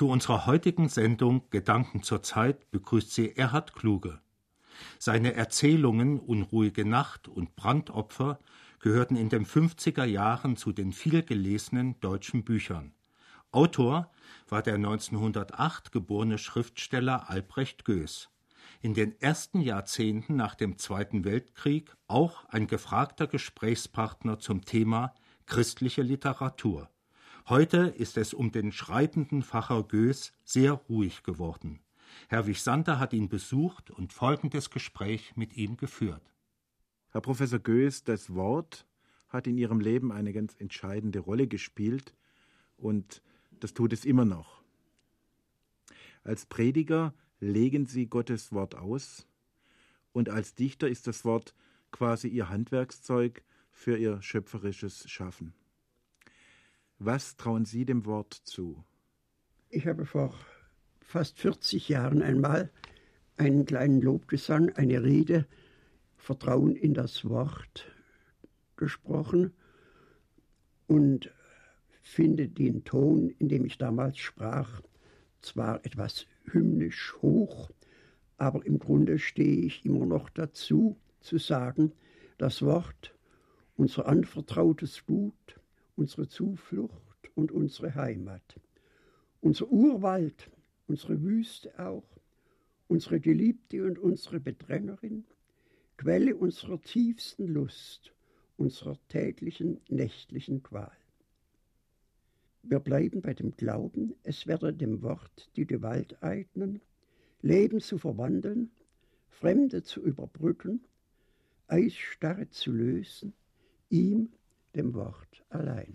Zu unserer heutigen Sendung Gedanken zur Zeit begrüßt sie Erhard Kluge. Seine Erzählungen Unruhige Nacht und Brandopfer gehörten in den 50er Jahren zu den vielgelesenen deutschen Büchern. Autor war der 1908 geborene Schriftsteller Albrecht Goes. In den ersten Jahrzehnten nach dem Zweiten Weltkrieg auch ein gefragter Gesprächspartner zum Thema christliche Literatur. Heute ist es um den schreibenden Pfarrer Goes sehr ruhig geworden. Herr Wichsander hat ihn besucht und folgendes Gespräch mit ihm geführt. Herr Professor Goes, das Wort hat in Ihrem Leben eine ganz entscheidende Rolle gespielt und das tut es immer noch. Als Prediger legen Sie Gottes Wort aus und als Dichter ist das Wort quasi Ihr Handwerkszeug für Ihr schöpferisches Schaffen. Was trauen Sie dem Wort zu? Ich habe vor fast 40 Jahren einmal einen kleinen Lobgesang, eine Rede, Vertrauen in das Wort gesprochen und finde den Ton, in dem ich damals sprach, zwar etwas hymnisch hoch, aber im Grunde stehe ich immer noch dazu, zu sagen, das Wort, unser anvertrautes Gut, unsere Zuflucht und unsere Heimat, unser Urwald, unsere Wüste auch, unsere Geliebte und unsere Bedrängerin, Quelle unserer tiefsten Lust, unserer täglichen, nächtlichen Qual. Wir bleiben bei dem Glauben, es werde dem Wort die Gewalt eignen, Leben zu verwandeln, Fremde zu überbrücken, Eisstarre zu lösen, ihm, dem Wort allein.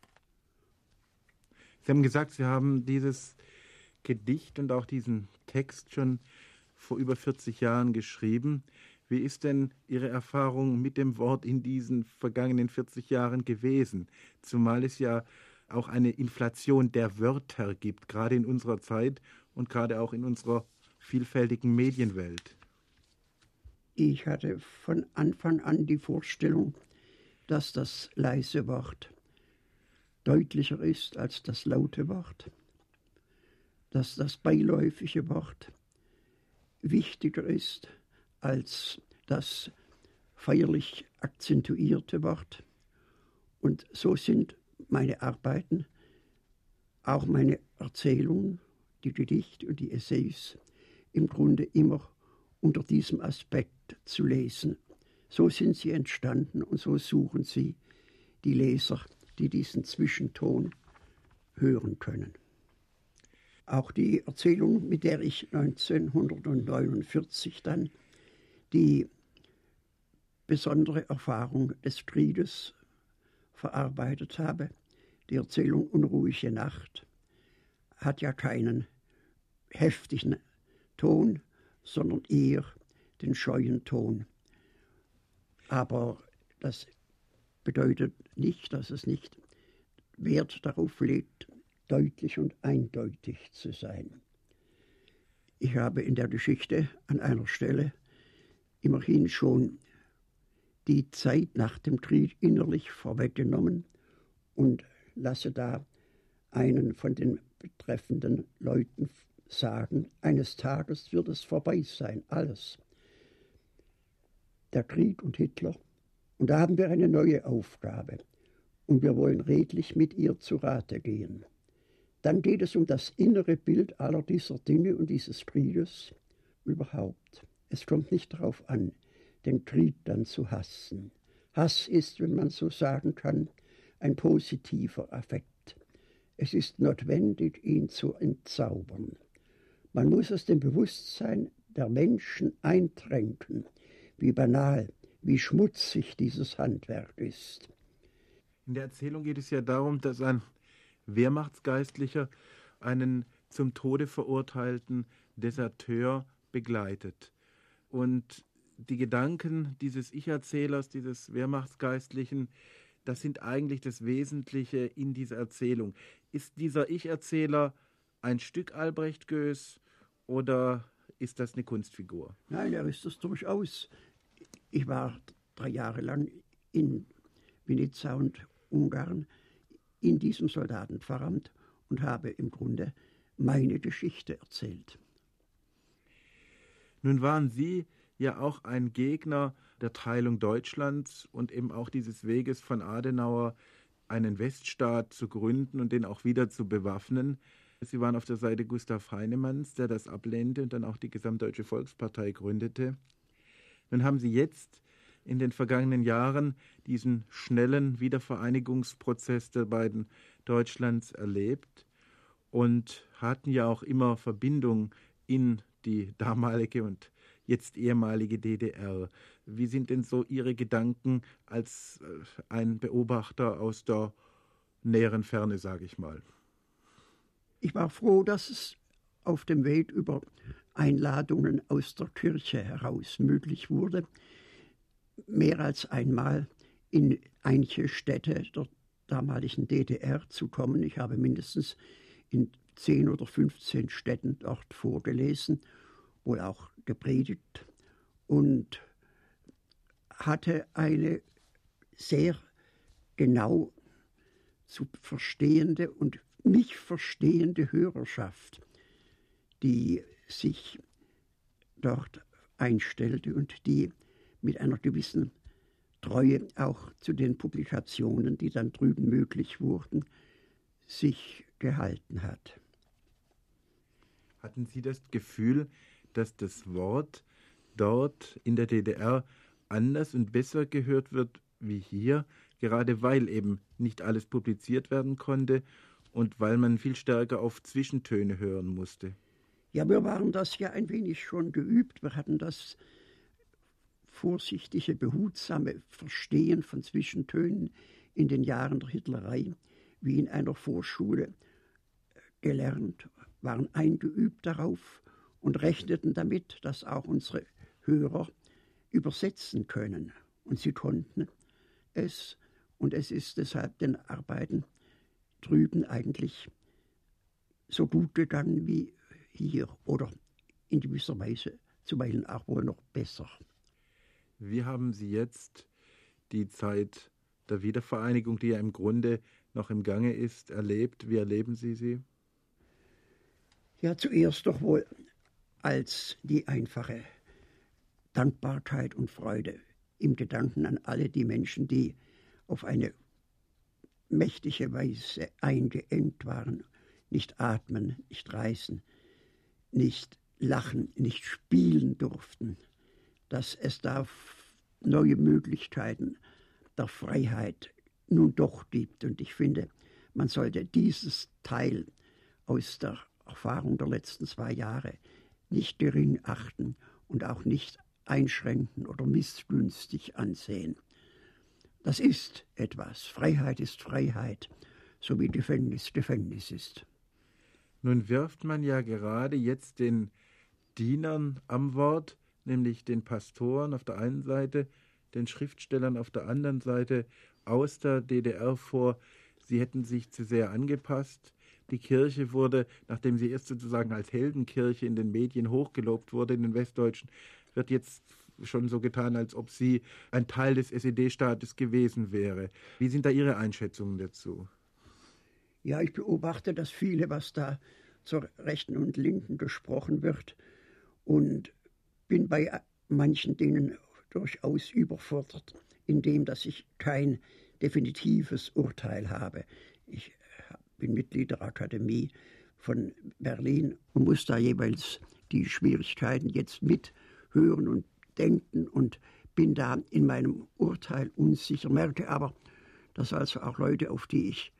Sie haben gesagt, Sie haben dieses Gedicht und auch diesen Text schon vor über 40 Jahren geschrieben. Wie ist denn Ihre Erfahrung mit dem Wort in diesen vergangenen 40 Jahren gewesen? Zumal es ja auch eine Inflation der Wörter gibt, gerade in unserer Zeit und gerade auch in unserer vielfältigen Medienwelt. Ich hatte von Anfang an die Vorstellung, dass das leise Wort deutlicher ist als das laute Wort, dass das beiläufige Wort wichtiger ist als das feierlich akzentuierte Wort. Und so sind meine Arbeiten, auch meine Erzählungen, die Gedichte und die Essays, im Grunde immer unter diesem Aspekt zu lesen. So sind sie entstanden und so suchen sie die Leser, die diesen Zwischenton hören können. Auch die Erzählung, mit der ich 1949 dann die besondere Erfahrung des Krieges verarbeitet habe, die Erzählung Unruhige Nacht, hat ja keinen heftigen Ton, sondern eher den scheuen Ton. Aber das bedeutet nicht, dass es nicht Wert darauf legt, deutlich und eindeutig zu sein. Ich habe in der Geschichte an einer Stelle immerhin schon die Zeit nach dem Krieg innerlich vorweggenommen und lasse da einen von den betreffenden Leuten sagen, eines Tages wird es vorbei sein, alles. Der Krieg und Hitler. Und da haben wir eine neue Aufgabe. Und wir wollen redlich mit ihr zu Rate gehen. Dann geht es um das innere Bild aller dieser Dinge und dieses Krieges überhaupt. Es kommt nicht darauf an, den Krieg dann zu hassen. Hass ist, wenn man so sagen kann, ein positiver Affekt. Es ist notwendig, ihn zu entzaubern. Man muss aus dem Bewusstsein der Menschen eintränken, wie banal, wie schmutzig dieses Handwerk ist. In der Erzählung geht es ja darum, dass ein Wehrmachtsgeistlicher einen zum Tode verurteilten Deserteur begleitet. Und die Gedanken dieses Ich-Erzählers, dieses Wehrmachtsgeistlichen, das sind eigentlich das Wesentliche in dieser Erzählung. Ist dieser Ich-Erzähler ein Stück Albrecht Goes oder ist das eine Kunstfigur? Nein, er ist das durchaus. Ich war 3 Jahre lang in Vinica und Ungarn in diesem Soldatenpfarramt und habe im Grunde meine Geschichte erzählt. Nun waren Sie ja auch ein Gegner der Teilung Deutschlands und eben auch dieses Weges von Adenauer, einen Weststaat zu gründen und den auch wieder zu bewaffnen. Sie waren auf der Seite Gustav Heinemanns, der das ablehnte und dann auch die Gesamtdeutsche Volkspartei gründete. Nun haben Sie jetzt in den vergangenen Jahren diesen schnellen Wiedervereinigungsprozess der beiden Deutschlands erlebt und hatten ja auch immer Verbindung in die damalige und jetzt ehemalige DDR. Wie sind denn so Ihre Gedanken als ein Beobachter aus der näheren Ferne, sage ich mal? Ich war froh, dass es auf dem Weg über Einladungen aus der Kirche heraus möglich wurde, mehr als einmal in einige Städte der damaligen DDR zu kommen. Ich habe mindestens in 10 oder 15 Städten dort vorgelesen, wohl auch gepredigt und hatte eine sehr genau zu verstehende und mich verstehende Hörerschaft, die sich dort einstellte und die mit einer gewissen Treue auch zu den Publikationen, die dann drüben möglich wurden, sich gehalten hat. Hatten Sie das Gefühl, dass das Wort dort in der DDR anders und besser gehört wird wie hier, gerade weil eben nicht alles publiziert werden konnte und weil man viel stärker auf Zwischentöne hören musste? Ja, wir waren das ja ein wenig schon geübt. Wir hatten das vorsichtige, behutsame Verstehen von Zwischentönen in den Jahren der Hitlerei wie in einer Vorschule gelernt, waren eingeübt darauf und rechneten damit, dass auch unsere Hörer übersetzen können. Und sie konnten es, und es ist deshalb den Arbeiten drüben eigentlich so gut gegangen wie hier oder in gewisser Weise zuweilen auch wohl noch besser. Wie haben Sie jetzt die Zeit der Wiedervereinigung, die ja im Grunde noch im Gange ist, erlebt? Wie erleben Sie sie? Ja, zuerst doch wohl als die einfache Dankbarkeit und Freude im Gedanken an alle die Menschen, die auf eine mächtige Weise eingeengt waren, nicht atmen, nicht reisen, nicht lachen, nicht spielen durften, dass es da neue Möglichkeiten der Freiheit nun doch gibt. Und ich finde, man sollte dieses Teil aus der Erfahrung der letzten 2 Jahre nicht gering achten und auch nicht einschränken oder missgünstig ansehen. Das ist etwas. Freiheit ist Freiheit, so wie Gefängnis Gefängnis ist. Nun wirft man ja gerade jetzt den Dienern am Wort, nämlich den Pastoren auf der einen Seite, den Schriftstellern auf der anderen Seite aus der DDR vor, sie hätten sich zu sehr angepasst. Die Kirche wurde, nachdem sie erst sozusagen als Heldenkirche in den Medien hochgelobt wurde, in den Westdeutschen, wird jetzt schon so getan, als ob sie ein Teil des SED-Staates gewesen wäre. Wie sind da Ihre Einschätzungen dazu? Ja, ich beobachte das viele, was da zur Rechten und Linken gesprochen wird und bin bei manchen Dingen durchaus überfordert, indem dass ich kein definitives Urteil habe. Ich bin Mitglied der Akademie von Berlin und muss da jeweils die Schwierigkeiten jetzt mithören und denken und bin da in meinem Urteil unsicher, merke aber, dass also auch Leute, auf die ich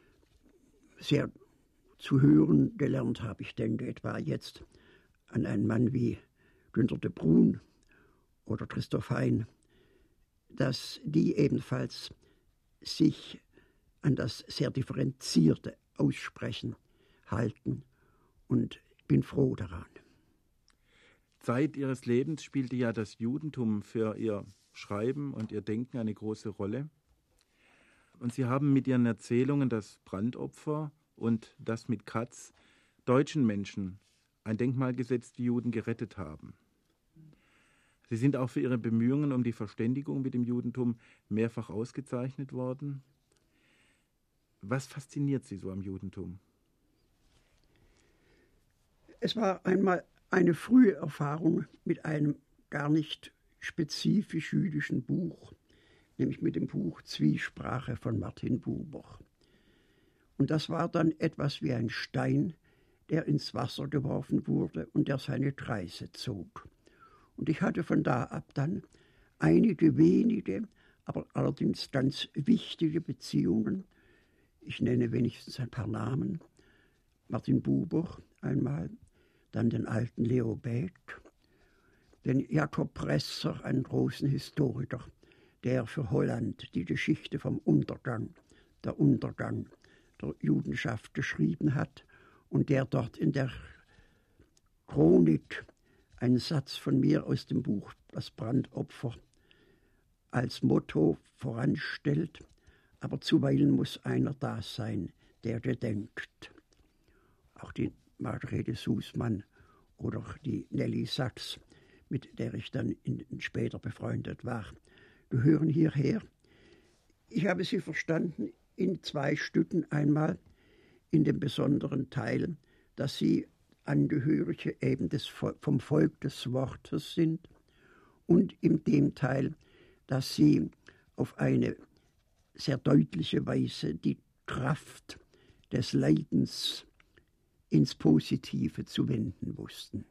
sehr zu hören gelernt habe, ich denke etwa jetzt an einen Mann wie Günter de Bruun oder Christoph Hein, dass die ebenfalls sich an das sehr differenzierte Aussprechen halten und bin froh daran. Zeit Ihres Lebens spielte ja das Judentum für Ihr Schreiben und Ihr Denken eine große Rolle. Und Sie haben mit Ihren Erzählungen das Brandopfer und das mit Katz deutschen Menschen ein Denkmal gesetzt, die Juden gerettet haben. Sie sind auch für Ihre Bemühungen um die Verständigung mit dem Judentum mehrfach ausgezeichnet worden. Was fasziniert Sie so am Judentum? Es war einmal eine frühe Erfahrung mit einem gar nicht spezifisch jüdischen Buch, nämlich mit dem Buch Zwiesprache von Martin Buber. Und das war dann etwas wie ein Stein, der ins Wasser geworfen wurde und der seine Kreise zog. Und ich hatte von da ab dann einige wenige, aber allerdings ganz wichtige Beziehungen. Ich nenne wenigstens ein paar Namen. Martin Buber einmal, dann den alten Leo Bäck, den Jakob Presser, einen großen Historiker, der für Holland die Geschichte vom Untergang der Judenschaft geschrieben hat und der dort in der Chronik einen Satz von mir aus dem Buch Das Brandopfer als Motto voranstellt, aber zuweilen muss einer da sein, der gedenkt. Auch die Margarete Sußmann oder die Nelly Sachs, mit der ich dann später befreundet war, gehören hierher. Ich habe sie verstanden in 2 Stücken. Einmal in dem besonderen Teil, dass sie Angehörige eben vom Volk des Wortes sind, und in dem Teil, dass sie auf eine sehr deutliche Weise die Kraft des Leidens ins Positive zu wenden wussten.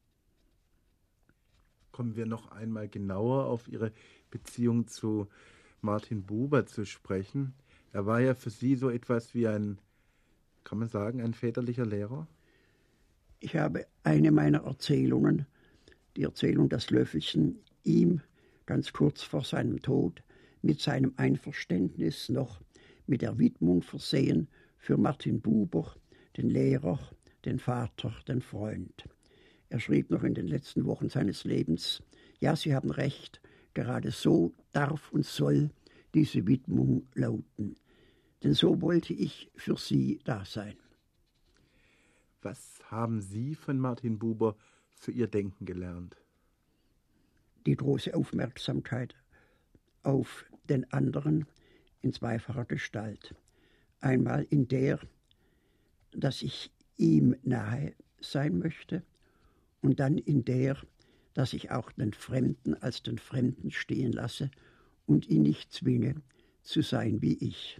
Kommen wir noch einmal genauer auf Ihre Beziehung zu Martin Buber zu sprechen. Er war ja für Sie so etwas wie ein, kann man sagen, ein väterlicher Lehrer? Ich habe eine meiner Erzählungen, die Erzählung Das Löffelchen, ihm ganz kurz vor seinem Tod mit seinem Einverständnis noch mit der Widmung versehen für Martin Buber, den Lehrer, den Vater, den Freund. Er schrieb noch in den letzten Wochen seines Lebens: Ja, Sie haben recht, gerade so darf und soll diese Widmung lauten. Denn so wollte ich für Sie da sein. Was haben Sie von Martin Buber für Ihr Denken gelernt? Die große Aufmerksamkeit auf den anderen in zweifacher Gestalt. Einmal in der, dass ich ihm nahe sein möchte, und dann in der, dass ich auch den Fremden als den Fremden stehen lasse und ihn nicht zwinge, zu sein wie ich.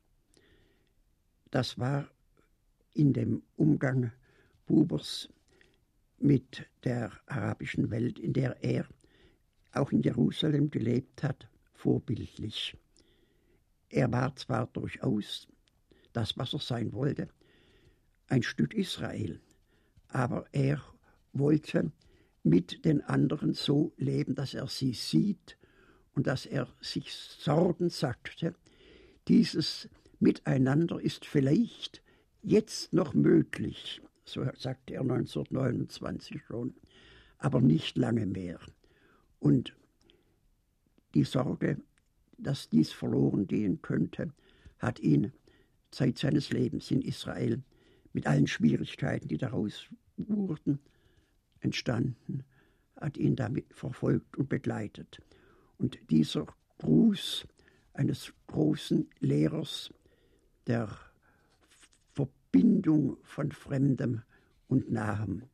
Das war in dem Umgang Bubers mit der arabischen Welt, in der er auch in Jerusalem gelebt hat, vorbildlich. Er war zwar durchaus das, was er sein wollte, ein Stück Israel, aber er wollte mit den anderen so leben, dass er sie sieht und dass er sich Sorgen sagte, dieses Miteinander ist vielleicht jetzt noch möglich, so sagte er 1929 schon, aber nicht lange mehr. Und die Sorge, dass dies verloren gehen könnte, hat ihn Zeit seines Lebens in Israel mit allen Schwierigkeiten, die daraus entstanden, hat ihn damit verfolgt und begleitet. Und dieser Gruß eines großen Lehrers der Verbindung von Fremdem und Nahem,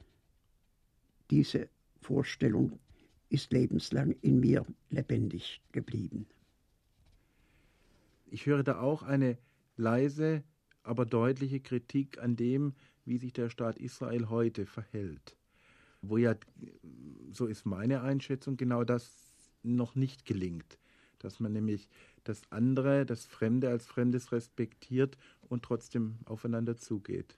diese Vorstellung ist lebenslang in mir lebendig geblieben. Ich höre da auch eine leise, aber deutliche Kritik an dem, wie sich der Staat Israel heute verhält. Wo ja, so ist meine Einschätzung, genau das noch nicht gelingt. Dass man nämlich das andere, das Fremde als Fremdes respektiert und trotzdem aufeinander zugeht.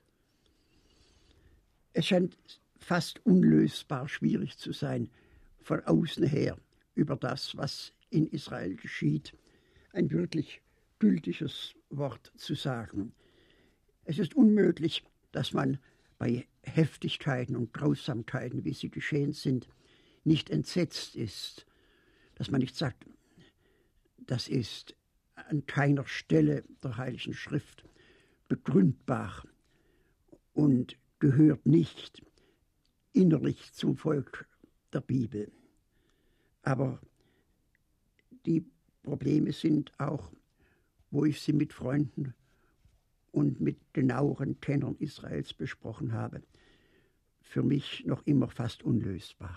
Es scheint fast unlösbar schwierig zu sein, von außen her über das, was in Israel geschieht, ein wirklich gültiges Wort zu sagen. Es ist unmöglich, dass man bei Heftigkeiten und Grausamkeiten, wie sie geschehen sind, nicht entsetzt ist, dass man nicht sagt, das ist an keiner Stelle der Heiligen Schrift begründbar und gehört nicht innerlich zum Volk der Bibel. Aber die Probleme sind auch, wo ich sie mit Freunden und mit genaueren Kennern Israels besprochen habe, für mich noch immer fast unlösbar.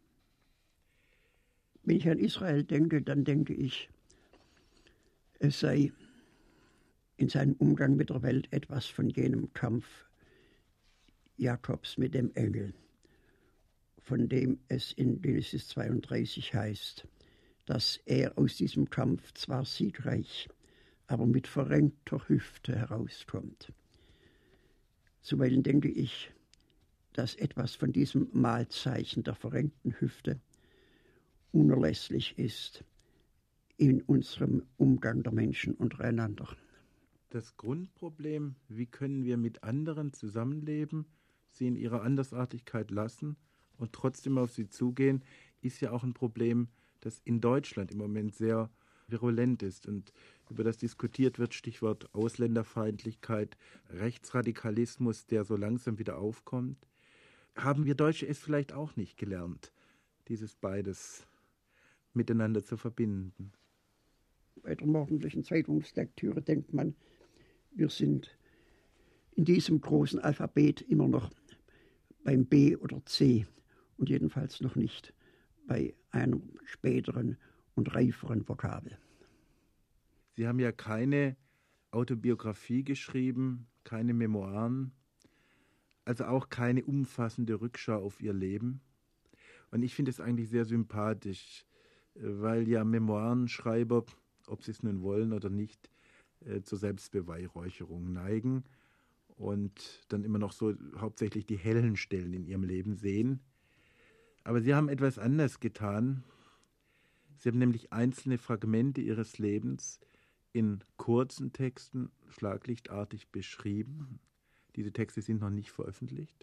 Wenn ich an Israel denke, dann denke ich, es sei in seinem Umgang mit der Welt etwas von jenem Kampf Jakobs mit dem Engel, von dem es in Genesis 32 heißt, dass er aus diesem Kampf zwar siegreich, aber mit verrenkter Hüfte herauskommt. Zuweilen denke ich, dass etwas von diesem Mahlzeichen der verrenkten Hüfte unerlässlich ist in unserem Umgang der Menschen untereinander. Das Grundproblem, wie können wir mit anderen zusammenleben, sie in ihrer Andersartigkeit lassen und trotzdem auf sie zugehen, ist ja auch ein Problem, das in Deutschland im Moment sehr virulent ist und über das diskutiert wird, Stichwort Ausländerfeindlichkeit, Rechtsradikalismus, der so langsam wieder aufkommt. Haben wir Deutsche es vielleicht auch nicht gelernt, dieses beides miteinander zu verbinden? Bei der morgendlichen Zeitungslektüre denkt man, wir sind in diesem großen Alphabet immer noch beim B oder C und jedenfalls noch nicht bei einem späteren und reiferen Vokabel. Sie haben ja keine Autobiografie geschrieben, keine Memoiren, also auch keine umfassende Rückschau auf Ihr Leben. Und ich finde es eigentlich sehr sympathisch, weil ja Memoirenschreiber, ob sie es nun wollen oder nicht, zur Selbstbeweihräucherung neigen und dann immer noch so hauptsächlich die hellen Stellen in ihrem Leben sehen. Aber Sie haben etwas anders getan. Sie haben nämlich einzelne Fragmente Ihres Lebens in kurzen Texten schlaglichtartig beschrieben. Diese Texte sind noch nicht veröffentlicht.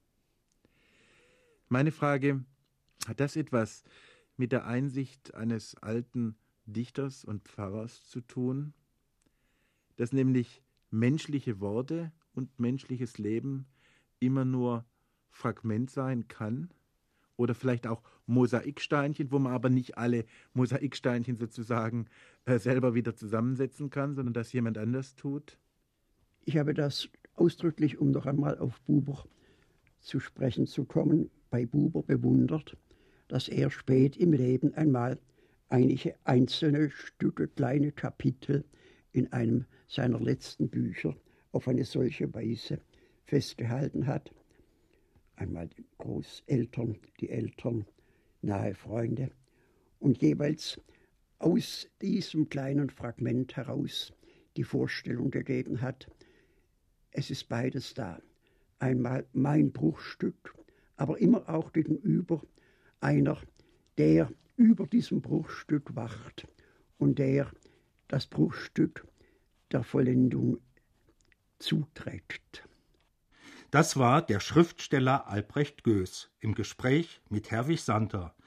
Meine Frage, hat das etwas mit der Einsicht eines alten Dichters und Pfarrers zu tun, dass nämlich menschliche Worte und menschliches Leben immer nur Fragment sein kann? Oder vielleicht auch Mosaiksteinchen, wo man aber nicht alle Mosaiksteinchen sozusagen selber wieder zusammensetzen kann, sondern das jemand anders tut? Ich habe das ausdrücklich, um noch einmal auf Buber zu sprechen zu kommen, bei Buber bewundert, dass er spät im Leben einmal einige einzelne Stücke, kleine Kapitel in einem seiner letzten Bücher auf eine solche Weise festgehalten hat. Einmal die Großeltern, die Eltern, nahe Freunde und jeweils aus diesem kleinen Fragment heraus die Vorstellung gegeben hat, es ist beides da. Einmal mein Bruchstück, aber immer auch gegenüber einer, der über diesem Bruchstück wacht und der das Bruchstück der Vollendung zuträgt. Das war der Schriftsteller Albrecht Goes im Gespräch mit Herwig Santer,